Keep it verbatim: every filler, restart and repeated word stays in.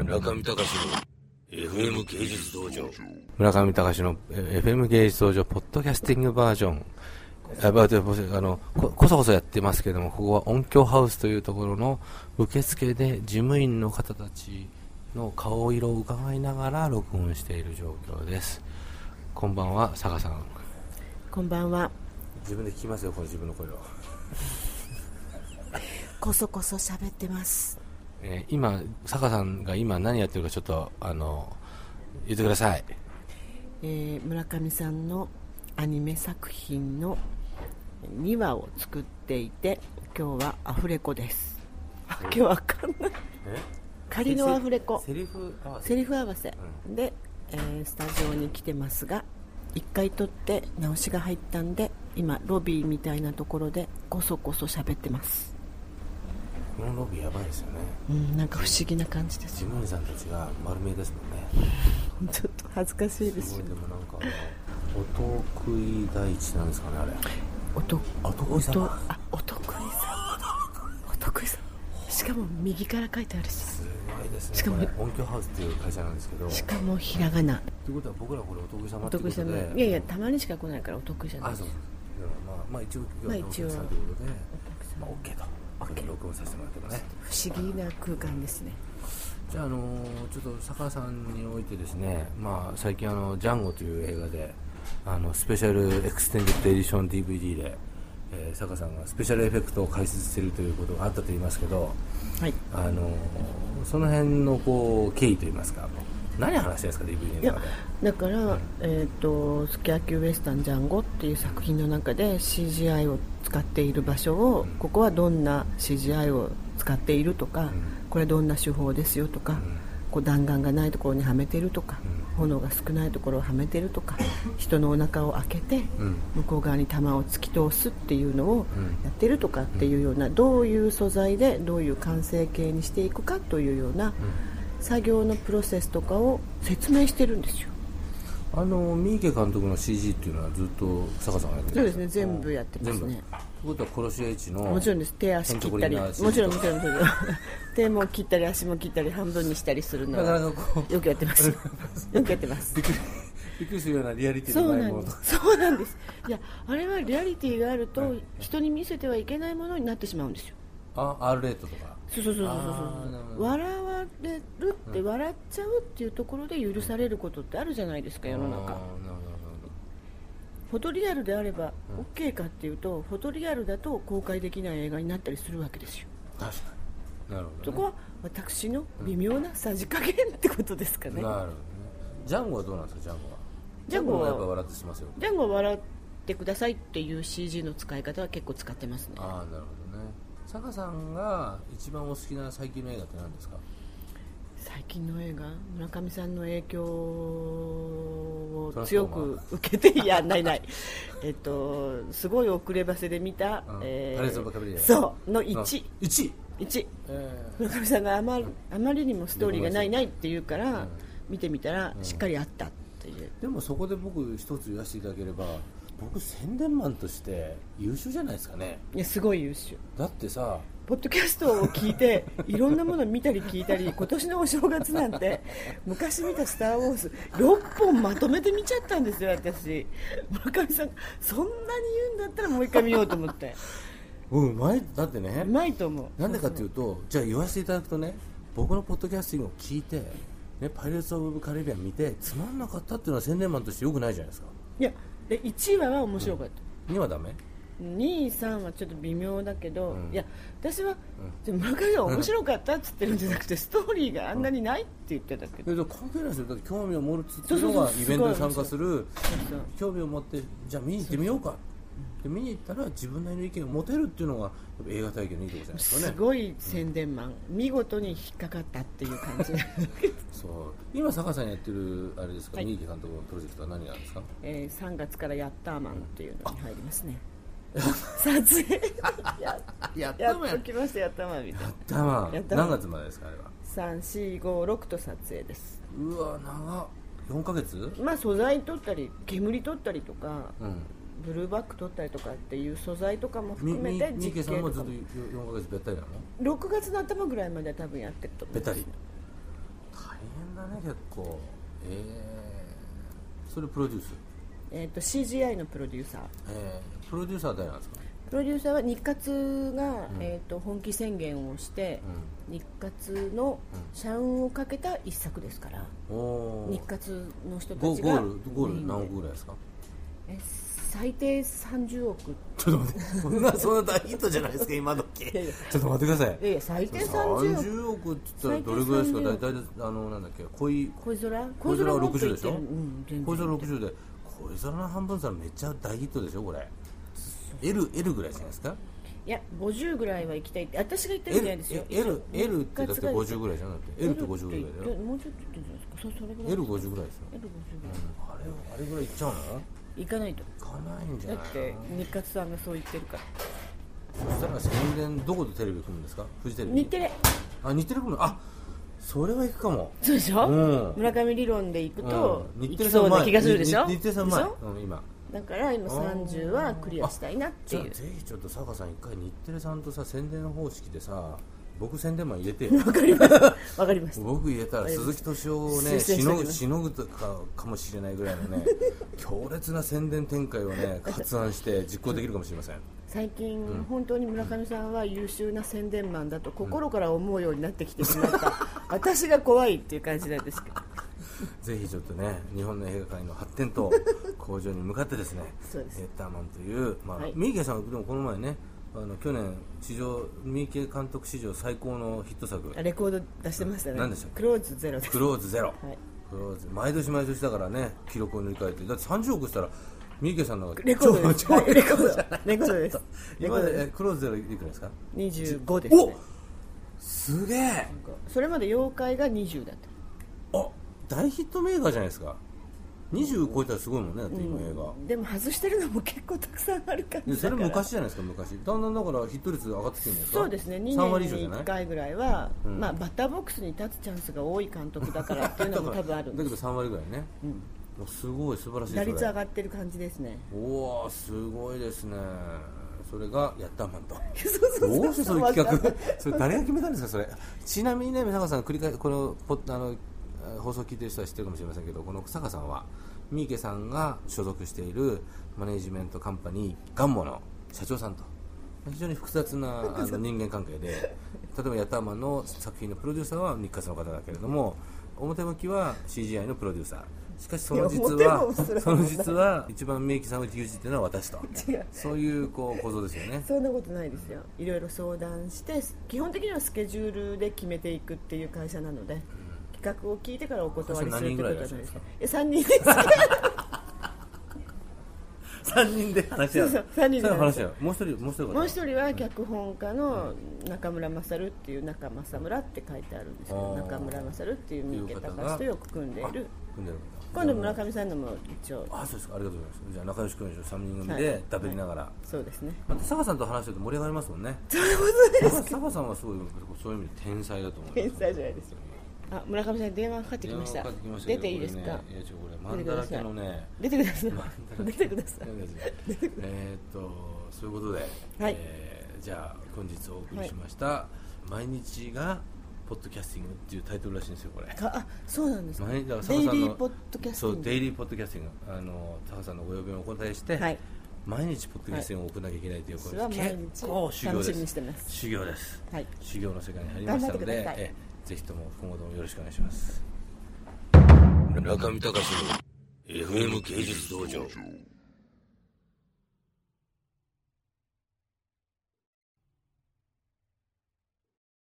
村上隆の エフエム 芸術道場。村上隆の エフエム 芸術道場ポッドキャスティングバージョン。あのここそこそやってますけども、ここは音響ハウスというところの受付で事務員の方たちの顔色を伺いながら録音している状況です。こんばんは、佐賀さん。 こんばんは。 自分で聞きますよ、この自分の声を。 こそこそ喋ってます。 えー、今佐賀さんが今何やってるかちょっとあの言ってください。 えー、村上さんのアニメ作品のにわを作っていて、今日はアフレコです。あ、今日わかんない。え仮のアフレコ、 セリフ合わせ、 セリフ合わせ、うん、で、えー、スタジオに来てますが、いっかい撮って直しが入ったんで、今ロビーみたいなところでこそこそ喋ってます。 このロビーやばいですよね。 うん、なんか不思議な感じです。 事務員さんたちが丸見えですもんね。 ちょっと恥ずかしいですよ。 すごい。でもなんかお得意第一なんですかね、あれ。 おとお得意さん。 あ、お得意さん。お得意さん。しかも右から書いてあるし。 すごいですね。 しかも音響ハウスっていう会社なんですけど。 しかもひらがな。 ということは僕らこれお得意様ってことで。お得意様。 いやいや、たまにしか来ないからお得意じゃない。 あ、そうそう。まあまあ一応まあ一応。 ということで、まあ OK と。録音させてもらってもね。 不思議な空間ですね。 じゃあ、あのちょっと坂田さんにおいてですね、まあ、最近あのジャンゴという映画であのスペシャルエクステンデッドエディション ディーブイディー で、えー、坂田さんがスペシャルエフェクトを解説しているということがあったと言いますけど、はい、あのその辺のこう経緯といいますか、何話してるんですか ディーブイディー の中で。 いやだから、うん、えー、とスキャー級ウエスタンジャンゴっていう作品の中で シージーアイ を使っている場所を、うん、ここはどんな シージーアイ を使っているとか、うん、これはどんな手法ですよとか、うん、こう弾丸がないところにはめてるとか、うん、炎が少ないところをはめてるとか、人のお腹を開けて、うん、向こう側に弾を突き通すっていうのをやってるとかっていうような、どういう素材でどういう完成形にしていくかというような、うん、作業のプロセスとかを説明してるんですよ。 あの三池監督の シージー っていうのはずっと坂さんがやってるんですか。 そうですね、全部やってますね。ということは殺し屋一のもちろんです。手足切ったり、もちろんもちろんもちろん手も切ったり足も切ったり半分にしたりするのはよくやってますよくやってますびっくりびっくりするようなリアリティのないもの。 そうなんです。いや、あれはリアリティがあると人に見せてはいけないものになってしまうんですよ。 あ、R レートとか。 そうそうそうそうそう。笑われるって笑っちゃうっていうところで許されることってあるじゃないですか、世の中。フォトリアルであれば OK かっていうと、フォトリアルだと公開できない映画になったりするわけですよ。 確かに。なるほど、ね、 そこは私の微妙なさじ加減ってことですかね。 なるほどね。ジャンゴはどうなんですか。ジャンゴはジャンゴはやっぱ笑ってしますよ。 ジャンゴは笑ってくださいっていう シージー の使い方は結構使ってますね。 ああ、なるほどね。坂さんが一番お好きな最近の映画って何ですか。 最近の映画、村上さんの影響を強く受けていやないないえっとすごい遅ればせで見た、 うん、 えー、 そうのいち、 いち、 いち、えー、村上さんがあまり、あまりにもストーリーがないないって言うから、うん、見てみたらしっかりあったっていう、うん、 でもそこで僕一つ言わせていただければ、僕宣伝マンとして優秀じゃないですかね。 いや、すごい優秀だってさ、 ポッドキャストを聞いていろんなもの見たり聞いたり、今年のお正月なんて昔見たスターウォーズろっぽんまとめて見ちゃったんですよ、私。村上さんそんなに言うんだったらもう一回見ようと思ってうん、うまい。だってね、 うまいと思う。 なんでかっていうと、じゃあ言わせていただくとね、僕のポッドキャスティングを聞いて、ね、パイレーツ・オブ・カリビアン見てつまんなかったっていうのは宣伝マンとしてよくないじゃないですか。 いや、でいちわは面白かった、 うん、にわダメ、 に、さんはちょっと微妙だけど、うん、いや私は、うん、村上が面白かったって言ってるんじゃなくて、ストーリーがあんなにないって言ってたけど、 うん、関係ないですよ。だって興味を持つっていうのがイベントに参加する、興味を持ってじゃあ見に行ってみようかで見に行ったら自分なりの意見を持てるっていうのが映画体験のいいところじゃないですかね。 すごい宣伝マン、うん、見事に引っかかったっていう感じそう、今坂さんやってるあれですか、はい、三池監督のプロジェクトは何なんですか。 えー、さんがつからヤッターマンっていうのに入りますね、うん、撮影や, やっと来ました。ヤッターマンみたいな。 ヤッターマン何月までですか。あれはさん、し、ご、ろくと撮影です。 うわ長っ。よんかげつ。 まあ素材撮ったり煙撮ったりとか、 うん、 ブルーバック撮ったりとかっていう素材とかも含めて実験とか。三池さんもずっとよんかげつべったりなの。 ろくがつの頭ぐらいまでは多分やってると思います。 べったり。 だね結構。えー、それプロデュース、 えー、と シージーアイ のプロデューサー、 えー、プロデューサーは誰なんですか？ プロデューサーは日活が、 うんえー、と本気宣言をして、 うん、 日活の社運をかけた一作ですから、 うん、お日活の人たゴちがゴールゴール何億ぐらいですか？ え最低さんじゅうおく。 ちょっと待って、そんなそんな大ヒットじゃないですか今時。ちょっと待ってください。 いやいや最低さんじゅうおく。 さんじゅうおくって言ったらどれぐらいですか？大体あのなんだっけ、恋恋空恋空はろくじゅうでしょ、 うん、 恋空ろくじゅうで恋空の半分さめっちゃ大ヒットでしょこれ。 L, L ぐらいじゃないですか？ いやごじゅうぐらいは行きたいって私が言ってるんじゃないですよ。 L, L ってだってごじゅうぐらいじゃなくて L ってごじゅうぐらいだよ。 もうちょっとじゃないですか。そそれぐらいエルごじゅう ぐらいですよ。 エルごじゅう ぐらい、 うん、あれあれぐらいいっちゃうの？ 行かないと。 行かないんじゃないの？ だって日活さんがそう言ってるから。 そしたら宣伝どこでテレビ組むんですか？フジテレビ？ 日テレ。 あ、日テレ組む。あ、それは行くかも。 そうでしょ、うん、村上理論で行くと、うん、行きそうな気がするでしょ。 日テレさん前、うん、今だから今さんじゅうはクリアしたいなっていう。 ぜひちょっと坂さん一回日テレさんとさ宣伝方式でさ、僕宣伝マン入れて。 わかりますわかりました。 僕入れたら鈴木敏夫をねしのぐしのぐかかもしれないぐらいのね強烈な宣伝展開をね発案して実行できるかもしれません。 最近、うん、本当に村上さんは優秀な宣伝マンだと心から思うようになってきてしまった、うん、私が怖いっていう感じなんですけどぜひちょっとね日本の映画界の発展と向上に向かってですねそうです。 エッターマンという、まあはい、 三池さんでもこの前ねあの去年史上三池監督史上最高のヒット作レコード出してましたね。 何でしたっけ？ クローズゼロです。 クローズゼロ、 はい、 クローズ毎年毎年だからね記録を塗り替えてだってさんじゅうおくしたら三池さんのレコードです。はい、レコードレコードです。 今でクローズゼロいくらですか？ にじゅうごですね。 おすげえ。 それまで妖怪がにじゅうだった。 あ、大ヒットメーカーじゃないですか。にじゅう超えたらすごいもんねだって今映画、 うん、でも外してるのも結構たくさんあるから。 それ昔じゃないですか。昔だんだんだからヒット率上がってきてるんですか？ そうですね。にねんにいっかいぐらいは、うん、まあ、バッターボックスに立つチャンスが多い監督だからっていうのも多分あるんです。 だけどさんわりぐらいね、うん、もうすごい素晴らしい。 打率上がってる感じですね。 おおすごいですね。それがヤッターマンとそうそうそうどうしてそういう企画それ誰が決めたんですかそれ。ちなみにね坂さん繰り返このポあの放送を聞いてる人は知ってるかもしれませんけどこの坂さんは三池さんが所属しているマネジメントカンパニーガンモの社長さんと非常に複雑なあの人間関係で例えばヤッターマンの作品のプロデューサーは日活の方だけれども表向きは シージーアイ のプロデューサーしかしその実はその実は一番三池さんを牛耳っているのは私とそういうこう構造ですよね。 そんなことないですよ。いろいろ相談して基本的にはスケジュールで決めていくっていう会社なので、うん、企画を聞いてからお断りするってことじゃないですか。えさんにんですさんにんで話し合う。 そうそうさんにんで話し合う。もう一人もう一人もう一人は脚本家の中村勝っていう中正村って書いてあるんですけど、中村勝っていう三池隆とよく組んでいる。組んでる今度村上さんのも一応。 あ、そうですか。ありがとうございます。じゃあ仲良し君でさんにん組で食べりながら、はいはい、 そうですね。 また坂さんと話してると盛り上がりますもんね。 そういうことです。 坂さんはすごいそういう意味で天才だと思います。 天才じゃないですよ。あ、村上さん電話かかってきました。出ていいですか？いや、 ちょこれマンだらけのね。 出てください。出てください。 えっとそういうことで、 はいえー、じゃあ本日お送りしました、はい、毎日がポッドキャスティングっていうタイトルらしいんですよこれ。 あ、そうなんですか。 デイリーポッドキャスティング。 そうデイリーポッドキャスティングあの坂さんのご要望をお答えして、はい、毎日ポッドキャスティングを行わなきゃいけないという、はい、これ結構修行です。修行です。はい、修行の世界に入りましたので。えぜひとも今後ともよろしくお願いします。中見隆の エフエム 芸術道場。